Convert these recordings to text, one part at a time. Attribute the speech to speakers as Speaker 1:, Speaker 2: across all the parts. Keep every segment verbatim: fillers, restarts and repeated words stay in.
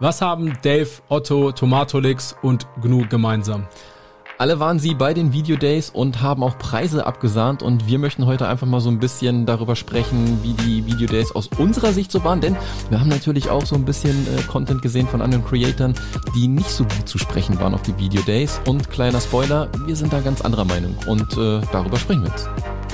Speaker 1: Was haben Dave, Otto, Tomatolix und Gnu gemeinsam?
Speaker 2: Alle waren sie bei den Video Days und haben auch Preise abgesahnt, und wir möchten heute einfach mal so ein bisschen darüber sprechen, wie die Video Days aus unserer Sicht so waren, denn wir haben natürlich auch so ein bisschen äh, Content gesehen von anderen Creatoren, die nicht so gut zu sprechen waren auf die Video Days, und kleiner Spoiler, wir sind da ganz anderer Meinung und äh, darüber sprechen wir jetzt.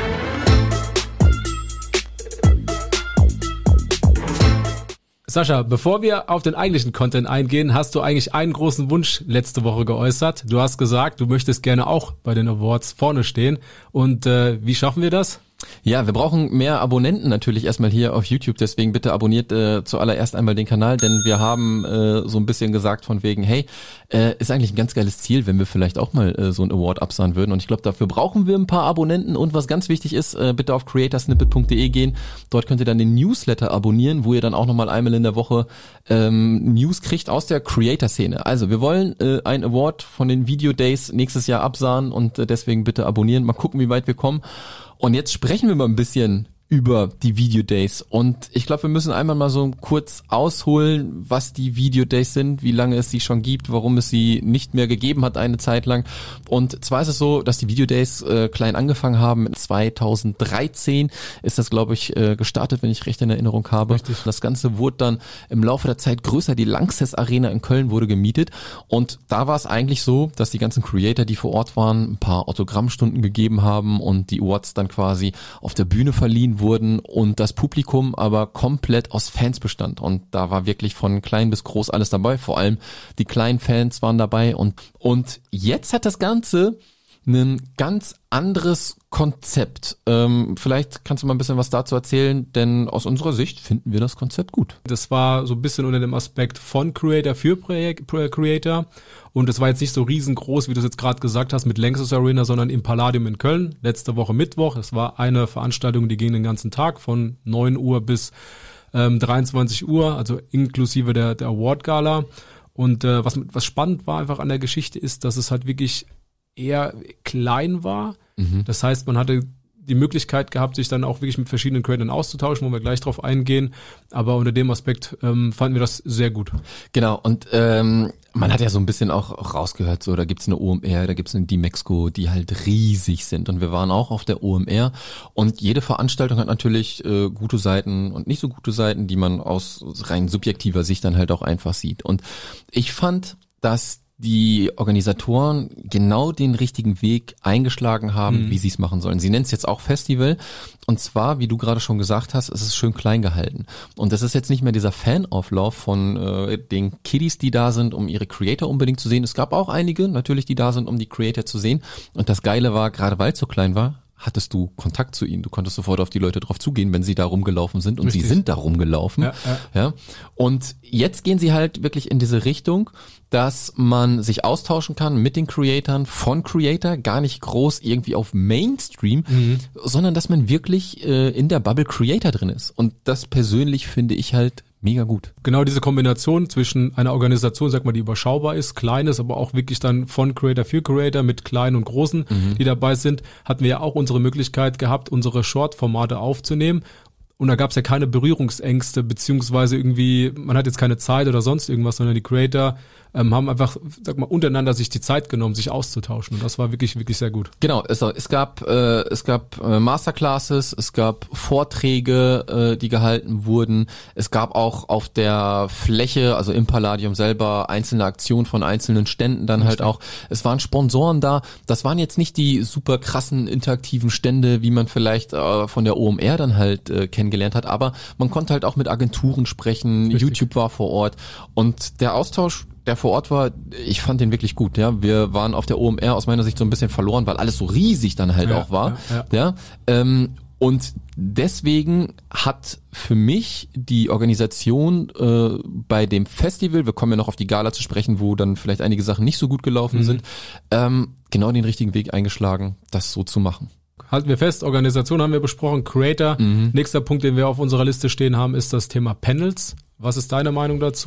Speaker 1: Sascha, bevor wir auf den eigentlichen Content eingehen, hast du eigentlich einen großen Wunsch letzte Woche geäußert. Du hast gesagt, du möchtest gerne auch bei den Awards vorne stehen. Und äh, wie schaffen wir das?
Speaker 2: Ja, wir brauchen mehr Abonnenten natürlich erstmal hier auf YouTube, deswegen bitte abonniert äh, zuallererst einmal den Kanal, denn wir haben äh, so ein bisschen gesagt von wegen, hey, äh, ist eigentlich ein ganz geiles Ziel, wenn wir vielleicht auch mal äh, so ein Award absahen würden, und ich glaube, dafür brauchen wir ein paar Abonnenten, und was ganz wichtig ist, äh, bitte auf creatorsnippet punkt de gehen, dort könnt ihr dann den Newsletter abonnieren, wo ihr dann auch nochmal einmal in der Woche ähm, News kriegt aus der Creator-Szene. Also wir wollen äh, ein Award von den Video Days nächstes Jahr absahen, und äh, deswegen bitte abonnieren, mal gucken, wie weit wir kommen. Und jetzt sprechen wir mal ein bisschen über die Video Days, und ich glaube, wir müssen einmal mal so kurz ausholen, was die Video Days sind, wie lange es sie schon gibt, warum es sie nicht mehr gegeben hat eine Zeit lang. Und zwar ist es so, dass die Video Days äh, klein angefangen haben. zweitausenddreizehn ist das, glaube ich, äh, gestartet, wenn ich recht in Erinnerung habe. Richtig. Das Ganze wurde dann im Laufe der Zeit größer. Die Lanxess Arena in Köln wurde gemietet, und da war es eigentlich so, dass die ganzen Creator, die vor Ort waren, ein paar Autogrammstunden gegeben haben und die Awards dann quasi auf der Bühne verliehen wurden, und das Publikum aber komplett aus Fans bestand, und da war wirklich von klein bis groß alles dabei, vor allem die kleinen Fans waren dabei, und und jetzt hat das Ganze ein ganz anderes Konzept. Ähm, vielleicht kannst du mal ein bisschen was dazu erzählen, denn aus unserer Sicht finden wir das Konzept gut.
Speaker 1: Das war so ein bisschen unter dem Aspekt von Creator für Creator, und es war jetzt nicht so riesengroß, wie du es jetzt gerade gesagt hast, mit Lanxess Arena, sondern im Palladium in Köln, letzte Woche Mittwoch. Es war eine Veranstaltung, die ging den ganzen Tag von neun Uhr bis ähm, dreiundzwanzig Uhr, also inklusive der, der Award-Gala. Und äh, was, was spannend war einfach an der Geschichte ist, dass es halt wirklich eher klein war. Mhm. Das heißt, man hatte die Möglichkeit gehabt, sich dann auch wirklich mit verschiedenen Creatoren auszutauschen, wo wir gleich drauf eingehen. Aber unter dem Aspekt ähm, fanden wir das sehr gut.
Speaker 2: Genau, und ähm, man hat ja so ein bisschen auch rausgehört, so da gibt's eine O M R, da gibt's eine D-Mexco, die halt riesig sind. Und wir waren auch auf der O M R, und jede Veranstaltung hat natürlich äh, gute Seiten und nicht so gute Seiten, die man aus rein subjektiver Sicht dann halt auch einfach sieht. Und ich fand, dass die Organisatoren genau den richtigen Weg eingeschlagen haben, mhm. wie sie es machen sollen. Sie nennen es jetzt auch Festival, und zwar, wie du gerade schon gesagt hast, es ist schön klein gehalten. Und das ist jetzt nicht mehr dieser Fanauflauf von äh, den Kiddies, die da sind, um ihre Creator unbedingt zu sehen. Es gab auch einige, natürlich, die da sind, um die Creator zu sehen. Und das Geile war, gerade weil es so klein war, hattest du Kontakt zu ihnen. Du konntest sofort auf die Leute drauf zugehen, wenn sie da rumgelaufen sind, und Richtig. sie sind da rumgelaufen. Ja, ja. Ja. Und jetzt gehen sie halt wirklich in diese Richtung, dass man sich austauschen kann mit den Creatoren von Creator, gar nicht groß irgendwie auf Mainstream, mhm. sondern dass man wirklich äh, in der Bubble Creator drin ist. Und das persönlich finde ich halt mega gut.
Speaker 1: Genau diese Kombination zwischen einer Organisation, sag mal, die überschaubar ist, klein ist, aber auch wirklich dann von Creator für Creator mit kleinen und großen, mhm. die dabei sind, hatten wir ja auch unsere Möglichkeit gehabt, unsere Short-Formate aufzunehmen. Und da gab es ja keine Berührungsängste, beziehungsweise irgendwie, man hat jetzt keine Zeit oder sonst irgendwas, sondern die Creator ähm, haben einfach, sag mal, untereinander sich die Zeit genommen, sich auszutauschen. Und das war wirklich, wirklich sehr gut.
Speaker 2: Genau, es, es gab äh, es gab äh, Masterclasses, es gab Vorträge, äh, die gehalten wurden. Es gab auch auf der Fläche, also im Palladium selber, einzelne Aktionen von einzelnen Ständen dann halt auch. Es waren Sponsoren da. Das waren jetzt nicht die super krassen interaktiven Stände, wie man vielleicht äh, von der O M R dann halt äh, kennengelernt hat, aber man konnte halt auch mit Agenturen sprechen. Richtig. YouTube war vor Ort, und der Austausch, der vor Ort war, ich fand den wirklich gut. Ja, wir waren auf der O M R aus meiner Sicht so ein bisschen verloren, weil alles so riesig dann halt ja, auch war. Ja, ja. ja ähm, und deswegen hat für mich die Organisation äh, bei dem Festival, wir kommen ja noch auf die Gala zu sprechen, wo dann vielleicht einige Sachen nicht so gut gelaufen mhm. sind, ähm, genau den richtigen Weg eingeschlagen, das so zu machen.
Speaker 1: Halten wir fest, Organisation haben wir besprochen, Creator. Mhm. Nächster Punkt, den wir auf unserer Liste stehen haben, ist das Thema Panels. Was ist deine Meinung dazu?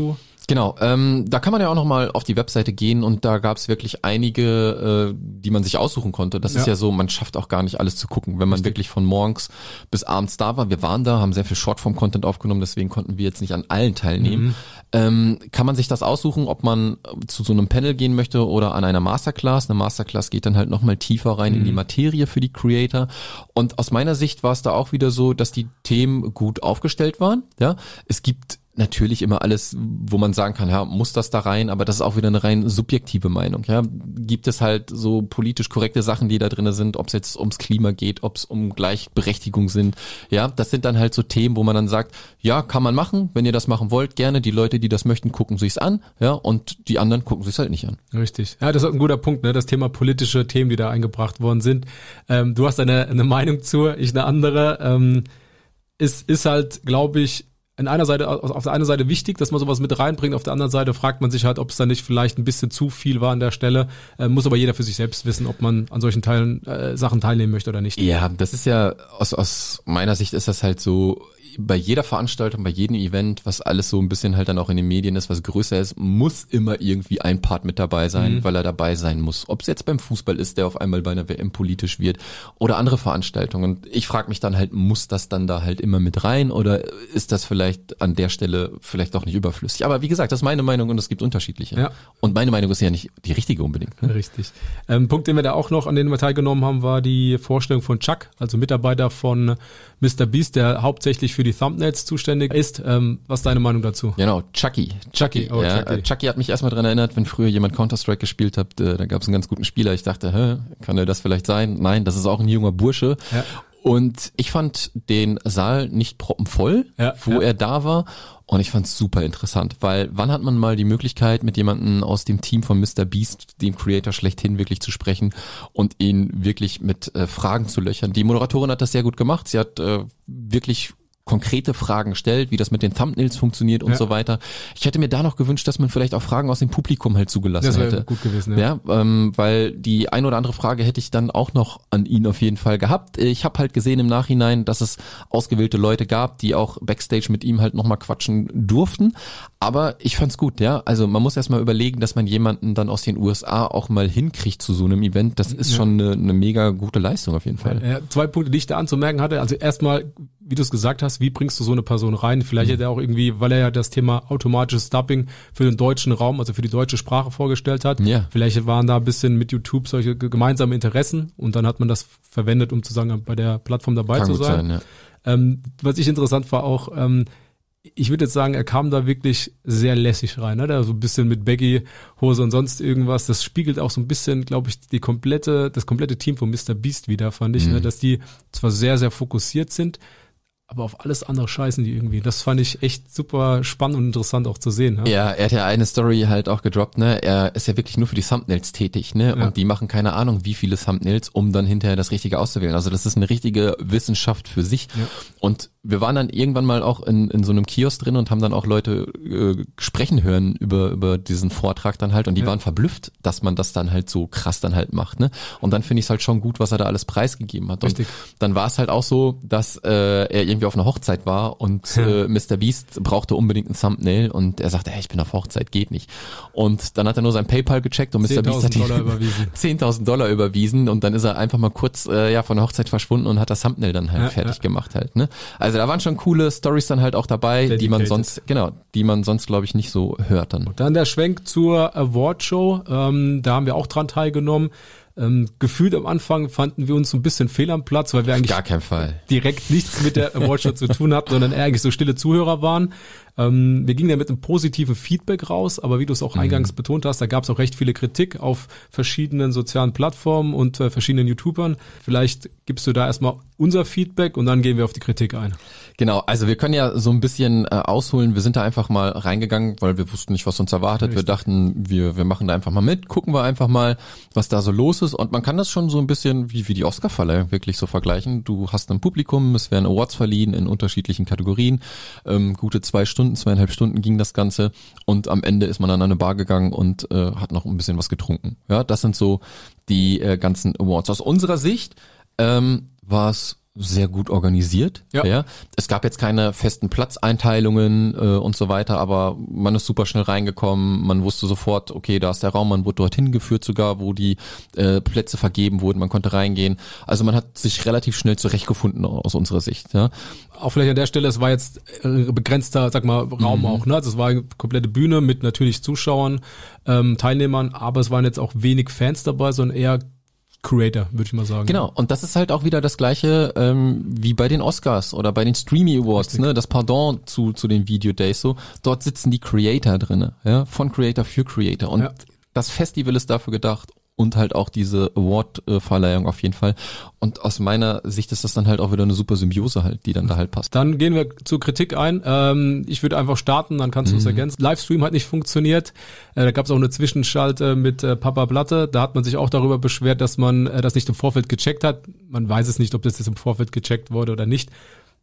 Speaker 2: Genau, ähm, da kann man ja auch nochmal auf die Webseite gehen und da gab es wirklich einige, äh, die man sich aussuchen konnte. Das ja. ist ja so, man schafft auch gar nicht alles zu gucken, wenn man Richtig. wirklich von morgens bis abends da war. Wir waren da, haben sehr viel Shortform-Content aufgenommen, deswegen konnten wir jetzt nicht an allen teilnehmen. Mhm. Ähm, kann man sich das aussuchen, ob man zu so einem Panel gehen möchte oder an einer Masterclass. Eine Masterclass geht dann halt nochmal tiefer rein mhm. in die Materie für die Creator. Und aus meiner Sicht war es da auch wieder so, dass die Themen gut aufgestellt waren. Ja, es gibt natürlich immer alles, wo man sagen kann, ja, muss das da rein, aber das ist auch wieder eine rein subjektive Meinung. Ja, gibt es halt so politisch korrekte Sachen, die da drin sind, ob es jetzt ums Klima geht, ob es um Gleichberechtigung sind. Ja, das sind dann halt so Themen, wo man dann sagt, ja, kann man machen, wenn ihr das machen wollt, gerne. Die Leute, die das möchten, gucken sich's an, ja, und die anderen gucken sich's halt nicht an.
Speaker 1: Richtig. Ja, das ist ein guter Punkt, ne? Das Thema politische Themen, die da eingebracht worden sind. Ähm, du hast eine, eine Meinung zu, ich eine andere. Ähm, es ist halt, glaube ich, an einer Seite, auf der einen Seite wichtig, dass man sowas mit reinbringt, auf der anderen Seite fragt man sich halt, ob es da nicht vielleicht ein bisschen zu viel war an der Stelle, äh, muss aber jeder für sich selbst wissen, ob man an solchen Teilen, äh, Sachen teilnehmen möchte oder nicht.
Speaker 2: Ja, das ist ja, aus, aus meiner Sicht ist das halt so, bei jeder Veranstaltung, bei jedem Event, was alles so ein bisschen halt dann auch in den Medien ist, was größer ist, muss immer irgendwie ein Part mit dabei sein, mhm. weil er dabei sein muss. Ob es jetzt beim Fußball ist, der auf einmal bei einer W M politisch wird oder andere Veranstaltungen. Und ich frage mich dann halt, muss das dann da halt immer mit rein oder ist das vielleicht an der Stelle vielleicht auch nicht überflüssig? Aber wie gesagt, das ist meine Meinung und es gibt unterschiedliche. Ja. Und meine Meinung ist ja nicht die richtige unbedingt. Ne?
Speaker 1: Richtig. Ähm, Punkt, den wir da auch noch, an den wir teilgenommen haben, war die Vorstellung von Chuck, also Mitarbeiter von Mister Beast, der hauptsächlich für die Thumbnails zuständig ist. Ähm, was ist deine Meinung dazu?
Speaker 2: Genau, Chucky. Chucky, oh, ja, Chucky. Chucky hat mich erstmal dran erinnert, wenn früher jemand Counter-Strike gespielt hat, äh, da gab es einen ganz guten Spieler. Ich dachte, hä, kann er das vielleicht sein? Nein, das ist auch ein junger Bursche. Ja. Und ich fand den Saal nicht proppenvoll, ja, wo ja. er da war. Und ich fand's super interessant, weil wann hat man mal die Möglichkeit, mit jemandem aus dem Team von Mister Beast, dem Creator schlechthin, wirklich zu sprechen und ihn wirklich mit äh, Fragen zu löchern. Die Moderatorin hat das sehr gut gemacht. Sie hat äh, wirklich konkrete Fragen stellt, wie das mit den Thumbnails funktioniert und ja. so weiter. Ich hätte mir da noch gewünscht, dass man vielleicht auch Fragen aus dem Publikum halt zugelassen das hätte.
Speaker 1: Gut gewesen, ja.
Speaker 2: ja ähm, weil die ein oder andere Frage hätte ich dann auch noch an ihn auf jeden Fall gehabt. Ich habe halt gesehen im Nachhinein, dass es ausgewählte Leute gab, die auch Backstage mit ihm halt nochmal quatschen durften. Aber ich fand's gut, ja. Also man muss erstmal überlegen, dass man jemanden dann aus den U S A auch mal hinkriegt zu so einem Event. Das ist ja. schon eine, eine mega gute Leistung auf jeden Fall.
Speaker 1: Ja, zwei Punkte, die ich da anzumerken hatte. Also erstmal, wie du es gesagt hast, wie bringst du so eine Person rein? Vielleicht mhm. hat er auch irgendwie, weil er ja das Thema automatisches Dubbing für den deutschen Raum, also für die deutsche Sprache vorgestellt hat. Ja. Vielleicht waren da ein bisschen mit YouTube solche gemeinsame Interessen und dann hat man das verwendet, um zu sagen, bei der Plattform dabei Kann zu sein. sein ja. ähm, was ich interessant war auch, ähm, ich würde jetzt sagen, er kam da wirklich sehr lässig rein, ne? Da so ein bisschen mit Baggy-Hose und sonst irgendwas. Das spiegelt auch so ein bisschen, glaube ich, die komplette, das komplette Team von Mister Beast wieder, fand ich, mhm. ne? Dass die zwar sehr, sehr fokussiert sind, aber auf alles andere scheißen die irgendwie. Das fand ich echt super spannend und interessant auch zu sehen. Ja,
Speaker 2: ja er hat ja eine Story halt auch gedroppt, ne? Er ist ja wirklich nur für die Thumbnails tätig, ne? Ja. Und die machen keine Ahnung, wie viele Thumbnails, um dann hinterher das Richtige auszuwählen. Also das ist eine richtige Wissenschaft für sich. Ja. Und wir waren dann irgendwann mal auch in, in so einem Kiosk drin und haben dann auch Leute äh, sprechen hören über über diesen Vortrag dann halt und die ja. waren verblüfft, dass man das dann halt so krass dann halt macht, ne? Und dann finde ich es halt schon gut, was er da alles preisgegeben hat. Richtig. Und dann war es halt auch so, dass äh, er irgendwie auf einer Hochzeit war und ja. äh, Mister Beast brauchte unbedingt ein Thumbnail und er sagte, hey, ich bin auf Hochzeit, geht nicht. Und dann hat er nur sein PayPal gecheckt und Mister Beast hat ihm zehntausend Dollar überwiesen und dann ist er einfach mal kurz äh, ja von der Hochzeit verschwunden und hat das Thumbnail dann halt ja, fertig ja. gemacht halt, ne? Also da waren schon coole Storys dann halt auch dabei, Dedicated. die man sonst, genau, die man sonst glaube ich nicht so hört dann.
Speaker 1: Und dann der Schwenk zur Awardshow, ähm, da haben wir auch dran teilgenommen. Ähm, gefühlt am Anfang fanden wir uns so ein bisschen fehl am Platz, weil wir eigentlich
Speaker 2: gar keinen Fall
Speaker 1: direkt nichts mit der Awardshow zu tun hatten, sondern eher eigentlich so stille Zuhörer waren. Ähm, wir gingen ja mit einem positiven Feedback raus, aber wie du es auch mhm. eingangs betont hast, da gab es auch recht viele Kritik auf verschiedenen sozialen Plattformen und äh, verschiedenen YouTubern. Vielleicht gibst du da erstmal unser Feedback und dann gehen wir auf die Kritik ein.
Speaker 2: Genau, also wir können ja so ein bisschen äh, ausholen. Wir sind da einfach mal reingegangen, weil wir wussten nicht, was uns erwartet. Richtig. Wir dachten, wir wir machen da einfach mal mit, gucken wir einfach mal, was da so los ist. Und man kann das schon so ein bisschen wie wie die Oscarverleihung wirklich so vergleichen. Du hast ein Publikum, es werden Awards verliehen in unterschiedlichen Kategorien. Ähm, gute zwei Stunden, zweieinhalb Stunden ging das Ganze. Und am Ende ist man an eine Bar gegangen und äh, hat noch ein bisschen was getrunken. Ja, das sind so die äh, ganzen Awards. Aus unserer Sicht ähm, war es sehr gut organisiert.
Speaker 1: Ja.
Speaker 2: ja. Es gab jetzt keine festen Platzeinteilungen äh, und so weiter, aber man ist super schnell reingekommen, man wusste sofort, okay, da ist der Raum, man wurde dorthin geführt sogar, wo die äh, Plätze vergeben wurden, man konnte reingehen. Also man hat sich relativ schnell zurechtgefunden aus unserer Sicht. Ja.
Speaker 1: Auch vielleicht an der Stelle, es war jetzt äh, begrenzter, sag mal, Raum mhm. auch, ne? Also es war eine komplette Bühne mit natürlich Zuschauern, ähm, Teilnehmern, aber es waren jetzt auch wenig Fans dabei, sondern eher Creator, würde ich mal sagen.
Speaker 2: Genau, und das ist halt auch wieder das Gleiche ähm, wie bei den Oscars oder bei den Streamy Awards, ne? Das Pendant zu zu den Video Days so. Dort sitzen die Creator drinne, ja, von Creator für Creator. Und ja. das Festival ist dafür gedacht und halt auch diese Award-Verleihung auf jeden Fall. Und aus meiner Sicht ist das dann halt auch wieder eine super Symbiose halt, die dann da halt passt.
Speaker 1: Dann gehen wir zur Kritik ein. Ähm, ich würde einfach starten, dann kannst du es mhm. ergänzen. Livestream hat nicht funktioniert. Äh, da gab es auch eine Zwischenschalte mit äh, Papa Platte. Da hat man sich auch darüber beschwert, dass man äh, das nicht im Vorfeld gecheckt hat. Man weiß es nicht, ob das jetzt im Vorfeld gecheckt wurde oder nicht.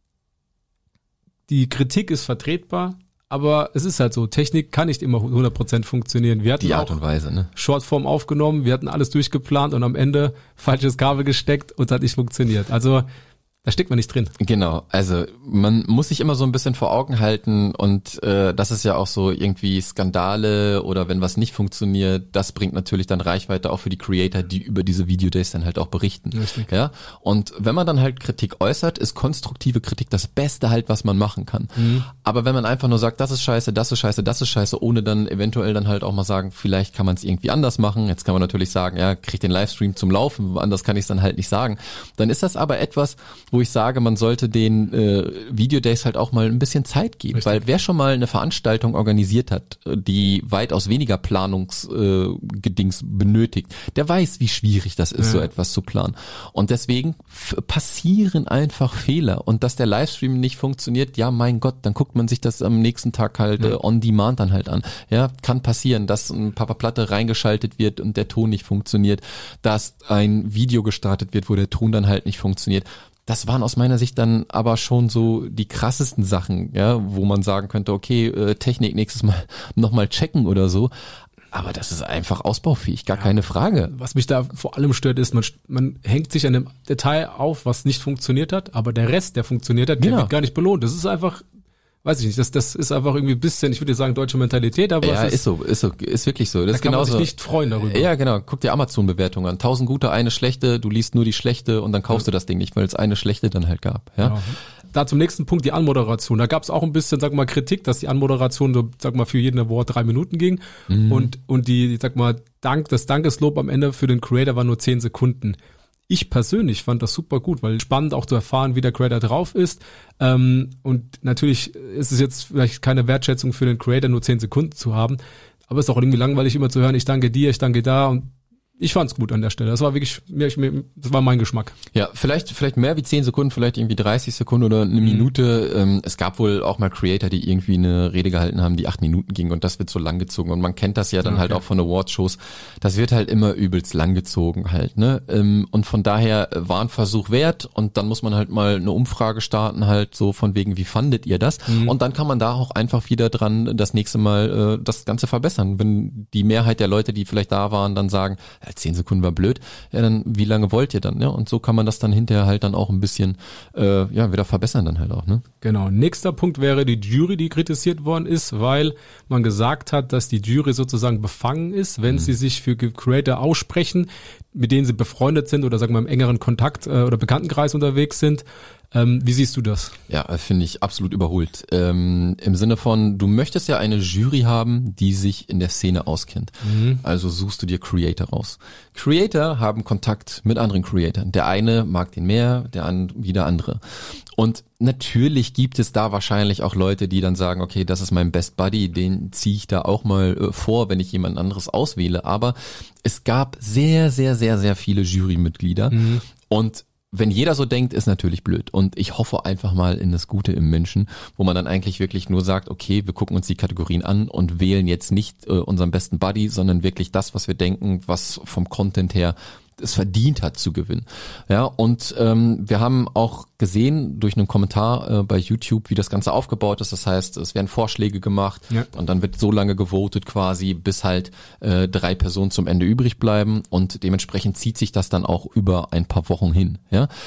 Speaker 1: Die Kritik ist vertretbar. Aber es ist halt so, Technik kann nicht immer hundert Prozent funktionieren. Wir hatten
Speaker 2: die Art und Weise, ne?
Speaker 1: Shortform aufgenommen, wir hatten alles durchgeplant und am Ende falsches Kabel gesteckt und es hat nicht funktioniert. Also da steckt man nicht drin.
Speaker 2: Genau, also man muss sich immer so ein bisschen vor Augen halten und äh, das ist ja auch so irgendwie Skandale oder wenn was nicht funktioniert, das bringt natürlich dann Reichweite auch für die Creator, die über diese Video-Days dann halt auch berichten.
Speaker 1: Richtig.
Speaker 2: Ja, und wenn man dann halt Kritik äußert, ist konstruktive Kritik das Beste halt, was man machen kann. Mhm. Aber wenn man einfach nur sagt, das ist scheiße, das ist scheiße, das ist scheiße, ohne dann eventuell dann halt auch mal sagen, vielleicht kann man es irgendwie anders machen, jetzt kann man natürlich sagen, ja, krieg den Livestream zum Laufen, anders kann ich es dann halt nicht sagen. Dann ist das aber etwas, wo ich sage, man sollte den äh, Video-Days halt auch mal ein bisschen Zeit geben,
Speaker 1: Richtig.
Speaker 2: Weil wer schon mal eine Veranstaltung organisiert hat, die weitaus weniger Planungsgedings äh, benötigt, der weiß, wie schwierig das ist, ja. so etwas zu planen. Und deswegen f- passieren einfach Fehler und dass der Livestream nicht funktioniert, ja mein Gott, dann guckt man sich das am nächsten Tag halt ja. äh, on demand dann halt an. Ja, kann passieren, dass ein Papa Platte reingeschaltet wird und der Ton nicht funktioniert, dass ein Video gestartet wird, wo der Ton dann halt nicht funktioniert. Das waren aus meiner Sicht dann aber schon so die krassesten Sachen, ja, wo man sagen könnte, okay, äh, Technik nächstes Mal nochmal checken oder so. Aber das ist einfach ausbaufähig, gar ja. keine Frage.
Speaker 1: Was mich da vor allem stört, ist, man, man hängt sich an dem Detail auf, was nicht funktioniert hat, aber der Rest, der funktioniert hat, der
Speaker 2: genau.
Speaker 1: wird gar nicht belohnt. Das ist einfach... Weiß ich nicht, das, das ist einfach irgendwie ein bisschen, ich würde sagen, deutsche Mentalität, aber
Speaker 2: ja,
Speaker 1: es ist,
Speaker 2: ist so, ist so, ist wirklich so. Das
Speaker 1: da
Speaker 2: ist
Speaker 1: kann
Speaker 2: genauso.
Speaker 1: man sich nicht freuen darüber.
Speaker 2: Ja, genau. Guck dir Amazon-Bewertungen an. Tausend gute, eine schlechte, du liest nur die schlechte und dann kaufst ja. du das Ding nicht, weil es eine schlechte dann halt gab. Ja.
Speaker 1: ja. Da zum nächsten Punkt, die Anmoderation. Da gab es auch ein bisschen, sag mal, Kritik, dass die Anmoderation so, sag mal, für jeden Award drei Minuten ging mhm. und und die, sag mal, Dank, das Dankeslob am Ende für den Creator war nur zehn Sekunden. Ich persönlich fand das super gut, weil spannend auch zu erfahren, wie der Creator drauf ist. Ähm, und natürlich ist es jetzt vielleicht keine Wertschätzung für den Creator, nur zehn Sekunden zu haben. Aber es ist auch irgendwie langweilig, immer zu hören, ich danke dir, ich danke da. Und ich fand's gut an der Stelle. Das war wirklich, das war mein Geschmack.
Speaker 2: Ja, vielleicht vielleicht mehr wie zehn Sekunden, vielleicht irgendwie dreißig Sekunden oder eine Minute. Mhm. Es gab wohl auch mal Creator, die irgendwie eine Rede gehalten haben, die acht Minuten ging und das wird so lang gezogen. Und man kennt das ja dann okay. halt auch von Awards-Shows. Das wird halt immer übelst lang gezogen halt, ne? Und von daher war ein Versuch wert und dann muss man halt mal eine Umfrage starten halt so von wegen, wie fandet ihr das? Mhm. Und dann kann man da auch einfach wieder dran das nächste Mal äh, das Ganze verbessern. Wenn die Mehrheit der Leute, die vielleicht da waren, dann sagen, zehn Sekunden war blöd, ja dann wie lange wollt ihr dann, ja? Und so kann man das dann hinterher halt dann auch ein bisschen äh, ja wieder verbessern dann halt auch, ne?
Speaker 1: Genau. Nächster Punkt wäre die Jury, die kritisiert worden ist, weil man gesagt hat, dass die Jury sozusagen befangen ist, wenn mhm. sie sich für Creator aussprechen, mit denen sie befreundet sind oder sagen wir im engeren Kontakt äh, oder Bekanntenkreis unterwegs sind. Ähm, wie siehst du das?
Speaker 2: Ja, finde ich absolut überholt. Ähm, im Sinne von, du möchtest ja eine Jury haben, die sich in der Szene auskennt. Mhm. Also suchst du dir Creator raus. Creator haben Kontakt mit anderen Creatoren. Der eine mag den mehr, der an, wieder andere. Und natürlich gibt es da wahrscheinlich auch Leute, die dann sagen, okay, das ist mein Best Buddy, den ziehe ich da auch mal äh, vor, wenn ich jemand anderes auswähle. Aber es gab sehr, sehr, sehr, sehr viele Jurymitglieder. Mhm. Und wenn jeder so denkt, ist natürlich blöd. Und ich hoffe einfach mal in das Gute im Menschen, wo man dann eigentlich wirklich nur sagt, okay, wir gucken uns die Kategorien an und wählen jetzt nicht äh, unseren besten Buddy, sondern wirklich das, was wir denken, was vom Content her es verdient hat zu gewinnen. Ja, und ähm, wir haben auch gesehen durch einen Kommentar äh, bei YouTube, wie das Ganze aufgebaut ist. Das heißt, es werden Vorschläge gemacht ja. und dann wird so lange gewotet quasi, bis halt äh, drei Personen zum Ende übrig bleiben und dementsprechend zieht sich das dann auch über ein paar Wochen hin. Ja.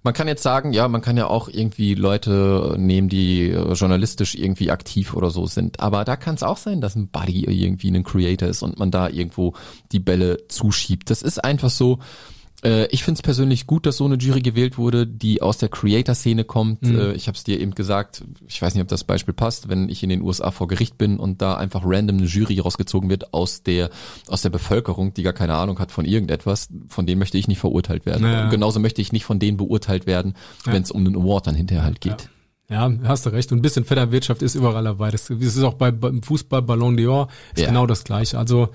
Speaker 2: Man kann jetzt sagen, ja, man kann ja auch irgendwie Leute nehmen, die journalistisch irgendwie aktiv oder so sind. Aber da kann es auch sein, dass ein Buddy irgendwie ein Creator ist und man da irgendwo die Bälle zuschiebt. Das ist einfach so. Ich finde es persönlich gut, dass so eine Jury gewählt wurde, die aus der Creator-Szene kommt. Mhm. Ich habe es dir eben gesagt, ich weiß nicht, ob das Beispiel passt, wenn ich in den U S A vor Gericht bin und da einfach random eine Jury rausgezogen wird aus der aus der Bevölkerung, die gar keine Ahnung hat von irgendetwas, von denen möchte ich nicht verurteilt werden. Ja. Und genauso möchte ich nicht von denen beurteilt werden, ja. wenn es um den Award dann hinterher halt geht.
Speaker 1: Ja. Ja, hast du recht. Und ein bisschen Vetternwirtschaft ist überall dabei. Das, das ist auch bei, beim Fußball, Ballon d'Or, ist ja. genau das Gleiche. Also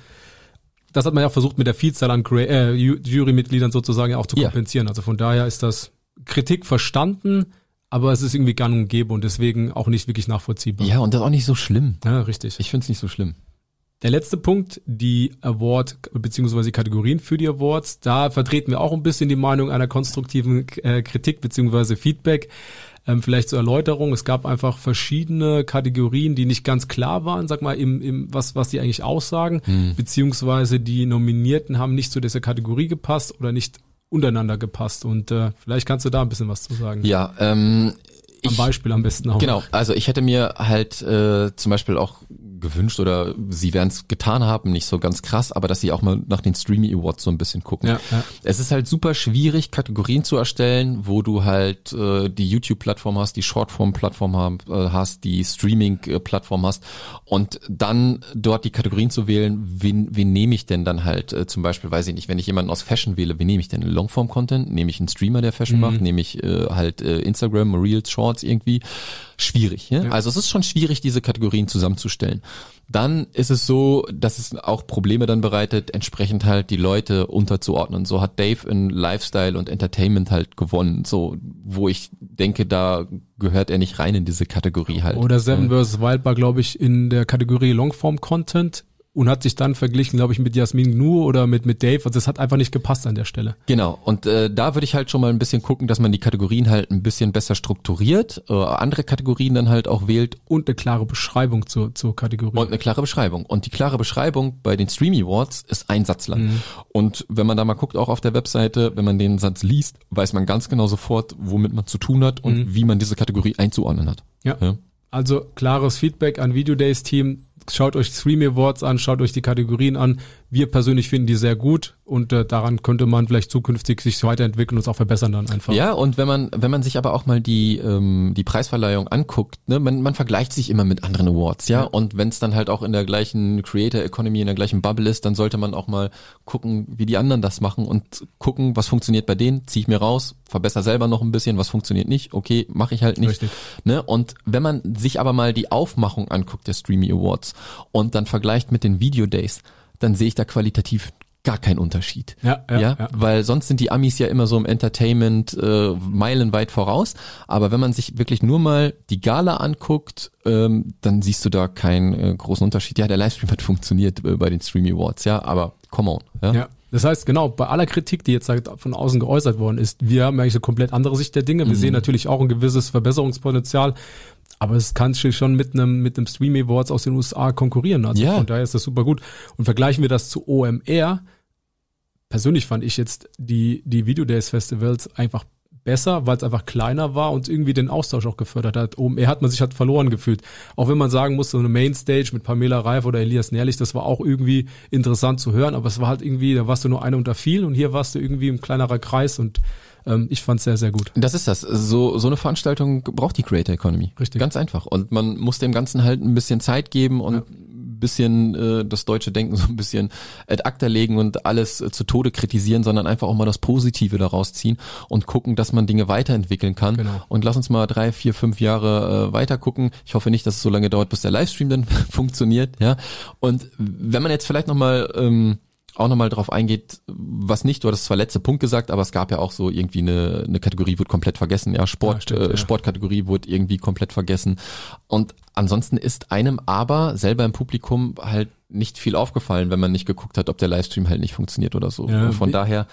Speaker 1: das hat man ja auch versucht mit der Vielzahl an äh, Jurymitgliedern sozusagen auch zu kompensieren. Ja. Also von daher ist das Kritik verstanden, aber es ist irgendwie gang und gäbe und deswegen auch nicht wirklich nachvollziehbar.
Speaker 2: Ja, und das ist auch nicht so schlimm.
Speaker 1: Ja, richtig.
Speaker 2: Ich finde es nicht so schlimm.
Speaker 1: Der letzte Punkt, die Award beziehungsweise die Kategorien für die Awards. Da vertreten wir auch ein bisschen die Meinung einer konstruktiven äh, Kritik beziehungsweise Feedback. Ähm, vielleicht zur Erläuterung. Es gab einfach verschiedene Kategorien, die nicht ganz klar waren, sag mal, im, im was was die eigentlich aussagen, hm. beziehungsweise die Nominierten haben nicht zu dieser Kategorie gepasst oder nicht untereinander gepasst. Und äh, vielleicht kannst du da ein bisschen was zu sagen.
Speaker 2: Ja, ähm,
Speaker 1: am Beispiel am besten auch.
Speaker 2: Genau, also ich hätte mir halt äh, zum Beispiel auch gewünscht oder sie werden es getan haben, nicht so ganz krass, aber dass sie auch mal nach den Streamy Awards so ein bisschen gucken. Ja, ja. Es ist halt super schwierig, Kategorien zu erstellen, wo du halt äh, die YouTube-Plattform hast, die Shortform-Plattform haben, äh, hast, die Streaming-Plattform hast und dann dort die Kategorien zu wählen, wen, wen nehme ich denn dann halt äh, zum Beispiel, weiß ich nicht, wenn ich jemanden aus Fashion wähle, wen nehme ich denn? Longform-Content? Nehme ich einen Streamer, der Fashion mhm. macht? Nehme ich äh, halt äh, Instagram, Reels, Shorts irgendwie? Schwierig. Ja? Ja. Also es ist schon schwierig, diese Kategorien zusammenzustellen. Dann ist es so, dass es auch Probleme dann bereitet, entsprechend halt die Leute unterzuordnen. So hat Dave in Lifestyle und Entertainment halt gewonnen, so wo ich denke, da gehört er nicht rein in diese Kategorie halt.
Speaker 1: Oder Seven versus. Wild war, glaube ich, in der Kategorie Longform Content und hat sich dann verglichen, glaube ich, mit Jasmin Gnu oder mit mit Dave. Also das hat einfach nicht gepasst an der Stelle.
Speaker 2: Genau. Und äh, da würde ich halt schon mal ein bisschen gucken, dass man die Kategorien halt ein bisschen besser strukturiert, äh, andere Kategorien dann halt auch wählt.
Speaker 1: Und eine klare Beschreibung zur zur Kategorie.
Speaker 2: Und eine klare Beschreibung. Und die klare Beschreibung bei den Streamy Awards ist ein Satz lang. Mhm. Und wenn man da mal guckt, auch auf der Webseite, wenn man den Satz liest, weiß man ganz genau sofort, womit man zu tun hat und mhm. wie man diese Kategorie einzuordnen hat.
Speaker 1: Ja. ja. Also klares Feedback an Video Days Team. Schaut euch Streamy Awards an, schaut euch die Kategorien an. Wir persönlich finden die sehr gut und äh, daran könnte man vielleicht zukünftig sich weiterentwickeln und es auch verbessern dann einfach.
Speaker 2: Ja, und wenn man wenn man sich aber auch mal die ähm, die Preisverleihung anguckt, ne, man man vergleicht sich immer mit anderen Awards, ja, ja. Und wenn es dann halt auch in der gleichen Creator Economy, in der gleichen Bubble ist, dann sollte man auch mal gucken, wie die anderen das machen und gucken, was funktioniert bei denen, ziehe ich mir raus, verbessere selber noch ein bisschen, was funktioniert nicht, okay, mache ich halt nicht. Richtig. Ne? Und wenn man sich aber mal die Aufmachung anguckt der Streamy Awards und dann vergleicht mit den Video Days, dann sehe ich da qualitativ gar keinen Unterschied. Ja, ja, ja, ja. Weil sonst sind die Amis ja immer so im Entertainment äh, meilenweit voraus. Aber wenn man sich wirklich nur mal die Gala anguckt, ähm, dann siehst du da keinen äh, großen Unterschied. Ja, der Livestream hat funktioniert äh, bei den Streamy Awards, ja, aber come on. Ja. ja.
Speaker 1: Das heißt, genau, bei aller Kritik, die jetzt halt von außen geäußert worden ist, wir haben eigentlich eine komplett andere Sicht der Dinge. Wir mhm. sehen natürlich auch ein gewisses Verbesserungspotenzial. Aber es kann schon mit einem mit einem Stream Awards aus den U S A konkurrieren. Also ja. Von daher ist das super gut. Und vergleichen wir das zu O M R. Persönlich fand ich jetzt die die Video Days Festivals einfach besser, weil es einfach kleiner war und irgendwie den Austausch auch gefördert hat. O M R hat man sich halt verloren gefühlt. Auch wenn man sagen muss, so eine Mainstage mit Pamela Reif oder Elias Nährlich, das war auch irgendwie interessant zu hören. Aber es war halt irgendwie, da warst du nur einer unter vielen und hier warst du irgendwie im kleinerer Kreis und ich fand es sehr, sehr gut.
Speaker 2: Das ist das. So so eine Veranstaltung braucht die Creator Economy.
Speaker 1: Richtig.
Speaker 2: Ganz einfach. Und man muss dem Ganzen halt ein bisschen Zeit geben und ja. ein bisschen äh, das deutsche Denken so ein bisschen ad acta legen und alles äh, zu Tode kritisieren, sondern einfach auch mal das Positive daraus ziehen und gucken, dass man Dinge weiterentwickeln kann. Genau. Und lass uns mal drei, vier, fünf Jahre äh, weiter gucken. Ich hoffe nicht, dass es so lange dauert, bis der Livestream dann funktioniert. Ja. Und wenn man jetzt vielleicht nochmal ähm, auch nochmal drauf eingeht, was nicht, du hattest zwar letzte Punkt gesagt, aber es gab ja auch so irgendwie eine, eine Kategorie, wurde komplett vergessen, ja, Sport, ja, stimmt, äh, ja. Sportkategorie wurde irgendwie komplett vergessen und ansonsten ist einem aber selber im Publikum halt nicht viel aufgefallen, wenn man nicht geguckt hat, ob der Livestream halt nicht funktioniert oder so. Ja, von daher,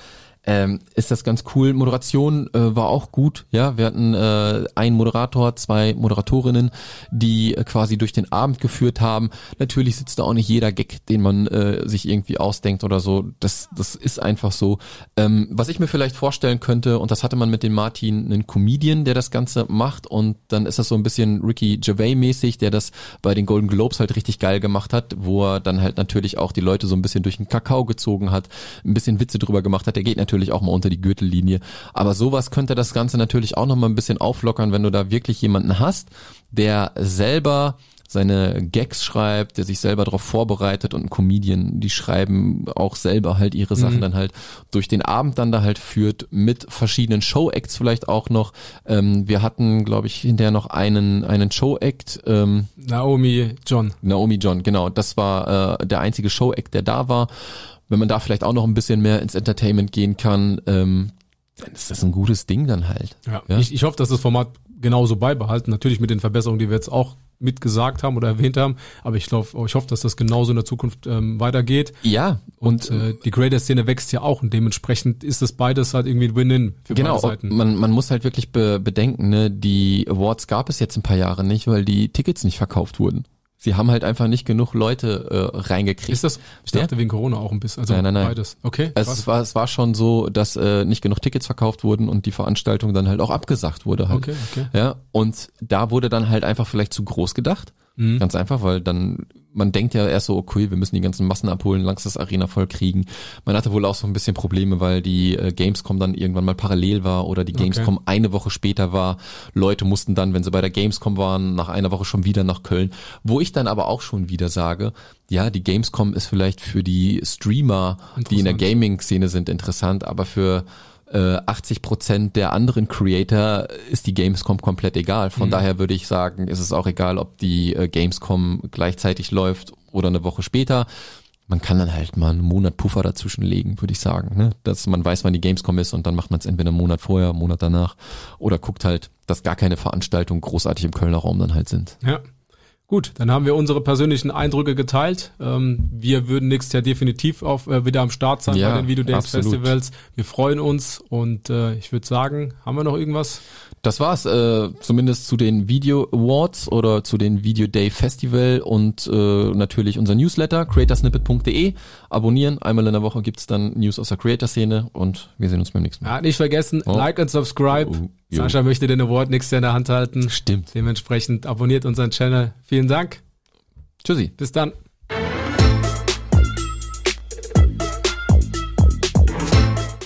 Speaker 2: ähm, ist das ganz cool. Moderation äh, war auch gut, ja. Wir hatten äh, einen Moderator, zwei Moderatorinnen, die äh, quasi durch den Abend geführt haben. Natürlich sitzt da auch nicht jeder Gag, den man äh, sich irgendwie ausdenkt oder so. Das, das ist einfach so. Ähm, was ich mir vielleicht vorstellen könnte, und das hatte man mit dem Martin, einen Comedian, der das Ganze macht, und dann ist das so ein bisschen Ricky Gervais-mäßig, der das bei den Golden Globes halt richtig geil gemacht hat, wo er dann halt natürlich auch die Leute so ein bisschen durch den Kakao gezogen hat, ein bisschen Witze drüber gemacht hat. Der geht natürlich auch mal unter die Gürtellinie. Aber sowas könnte das Ganze natürlich auch noch mal ein bisschen auflockern, wenn du da wirklich jemanden hast, der selber seine Gags schreibt, der sich selber darauf vorbereitet, und ein Comedian, die schreiben auch selber halt ihre Sachen mhm. dann halt durch den Abend dann da halt führt, mit verschiedenen Show-Acts vielleicht auch noch. Ähm, wir hatten, glaube ich, hinterher noch einen einen Show-Act. Ähm,
Speaker 1: Naomi John.
Speaker 2: Naomi John, genau. Das war äh, der einzige Show-Act, der da war. Wenn man da vielleicht auch noch ein bisschen mehr ins Entertainment gehen kann, ähm, dann ist das ein gutes Ding dann halt.
Speaker 1: Ja, ja? Ich, ich hoffe, dass das Format genauso beibehalten. Natürlich mit den Verbesserungen, die wir jetzt auch mitgesagt haben oder erwähnt haben, aber ich glaube, ich hoffe, dass das genauso in der Zukunft ähm, weitergeht.
Speaker 2: Ja.
Speaker 1: Und, und äh, die Creator-Szene wächst ja auch, und dementsprechend ist das beides halt irgendwie ein Win-Win für
Speaker 2: genau,
Speaker 1: beide Seiten.
Speaker 2: Man, man muss halt wirklich be- bedenken, ne, die Awards gab es jetzt ein paar Jahre nicht, weil die Tickets nicht verkauft wurden. Sie haben halt einfach nicht genug Leute äh, reingekriegt.
Speaker 1: Ist das? Ich dachte ja? wegen Corona auch ein bisschen. Also
Speaker 2: nein, nein, nein.
Speaker 1: Beides. Okay.
Speaker 2: Also es war es war schon so, dass äh, nicht genug Tickets verkauft wurden und die Veranstaltung dann halt auch abgesagt wurde halt.
Speaker 1: Okay, okay.
Speaker 2: Ja, und da wurde dann halt einfach vielleicht zu groß gedacht. Mhm. Ganz einfach, weil dann, man denkt ja erst so, okay, wir müssen die ganzen Massen abholen, langsam das Arena voll kriegen. Man hatte wohl auch so ein bisschen Probleme, weil die äh, Gamescom dann irgendwann mal parallel war oder die Gamescom okay. eine Woche später war. Leute mussten dann, wenn sie bei der Gamescom waren, nach einer Woche schon wieder nach Köln. Wo ich dann aber auch schon wieder sage, ja, die Gamescom ist vielleicht für die Streamer, die in der Gaming-Szene sind, interessant, aber für achtzig Prozent der anderen Creator ist die Gamescom komplett egal. Von mhm. daher würde ich sagen, ist es auch egal, ob die äh, Gamescom gleichzeitig läuft oder eine Woche später. Man kann dann halt mal einen Monat Puffer dazwischen legen, würde ich sagen, ne? Dass man weiß, wann die Gamescom ist, und dann macht man es entweder einen Monat vorher, einen Monat danach, oder guckt halt, dass gar keine Veranstaltungen großartig im Kölner Raum dann halt sind.
Speaker 1: Ja. Gut, dann haben wir unsere persönlichen Eindrücke geteilt. Ähm, wir würden nächstes Jahr definitiv auch äh, wieder am Start sein ja, bei den Video Days Festivals. Wir freuen uns, und äh, ich würde sagen, haben wir noch irgendwas?
Speaker 2: Das war's, äh, zumindest zu den Video Awards oder zu den Video Day Festival, und äh, natürlich unser Newsletter creatorsnippet punkt de. Abonnieren, einmal in der Woche gibt's dann News aus der Creator-Szene, und wir sehen uns beim nächsten Mal.
Speaker 1: Ja, nicht vergessen, oh. Like und Subscribe. Oh, Sascha möchte den Award nächstes Jahr in der Hand halten.
Speaker 2: Stimmt.
Speaker 1: Dementsprechend abonniert unseren Channel. Vielen Dank.
Speaker 2: Tschüssi.
Speaker 1: Bis dann.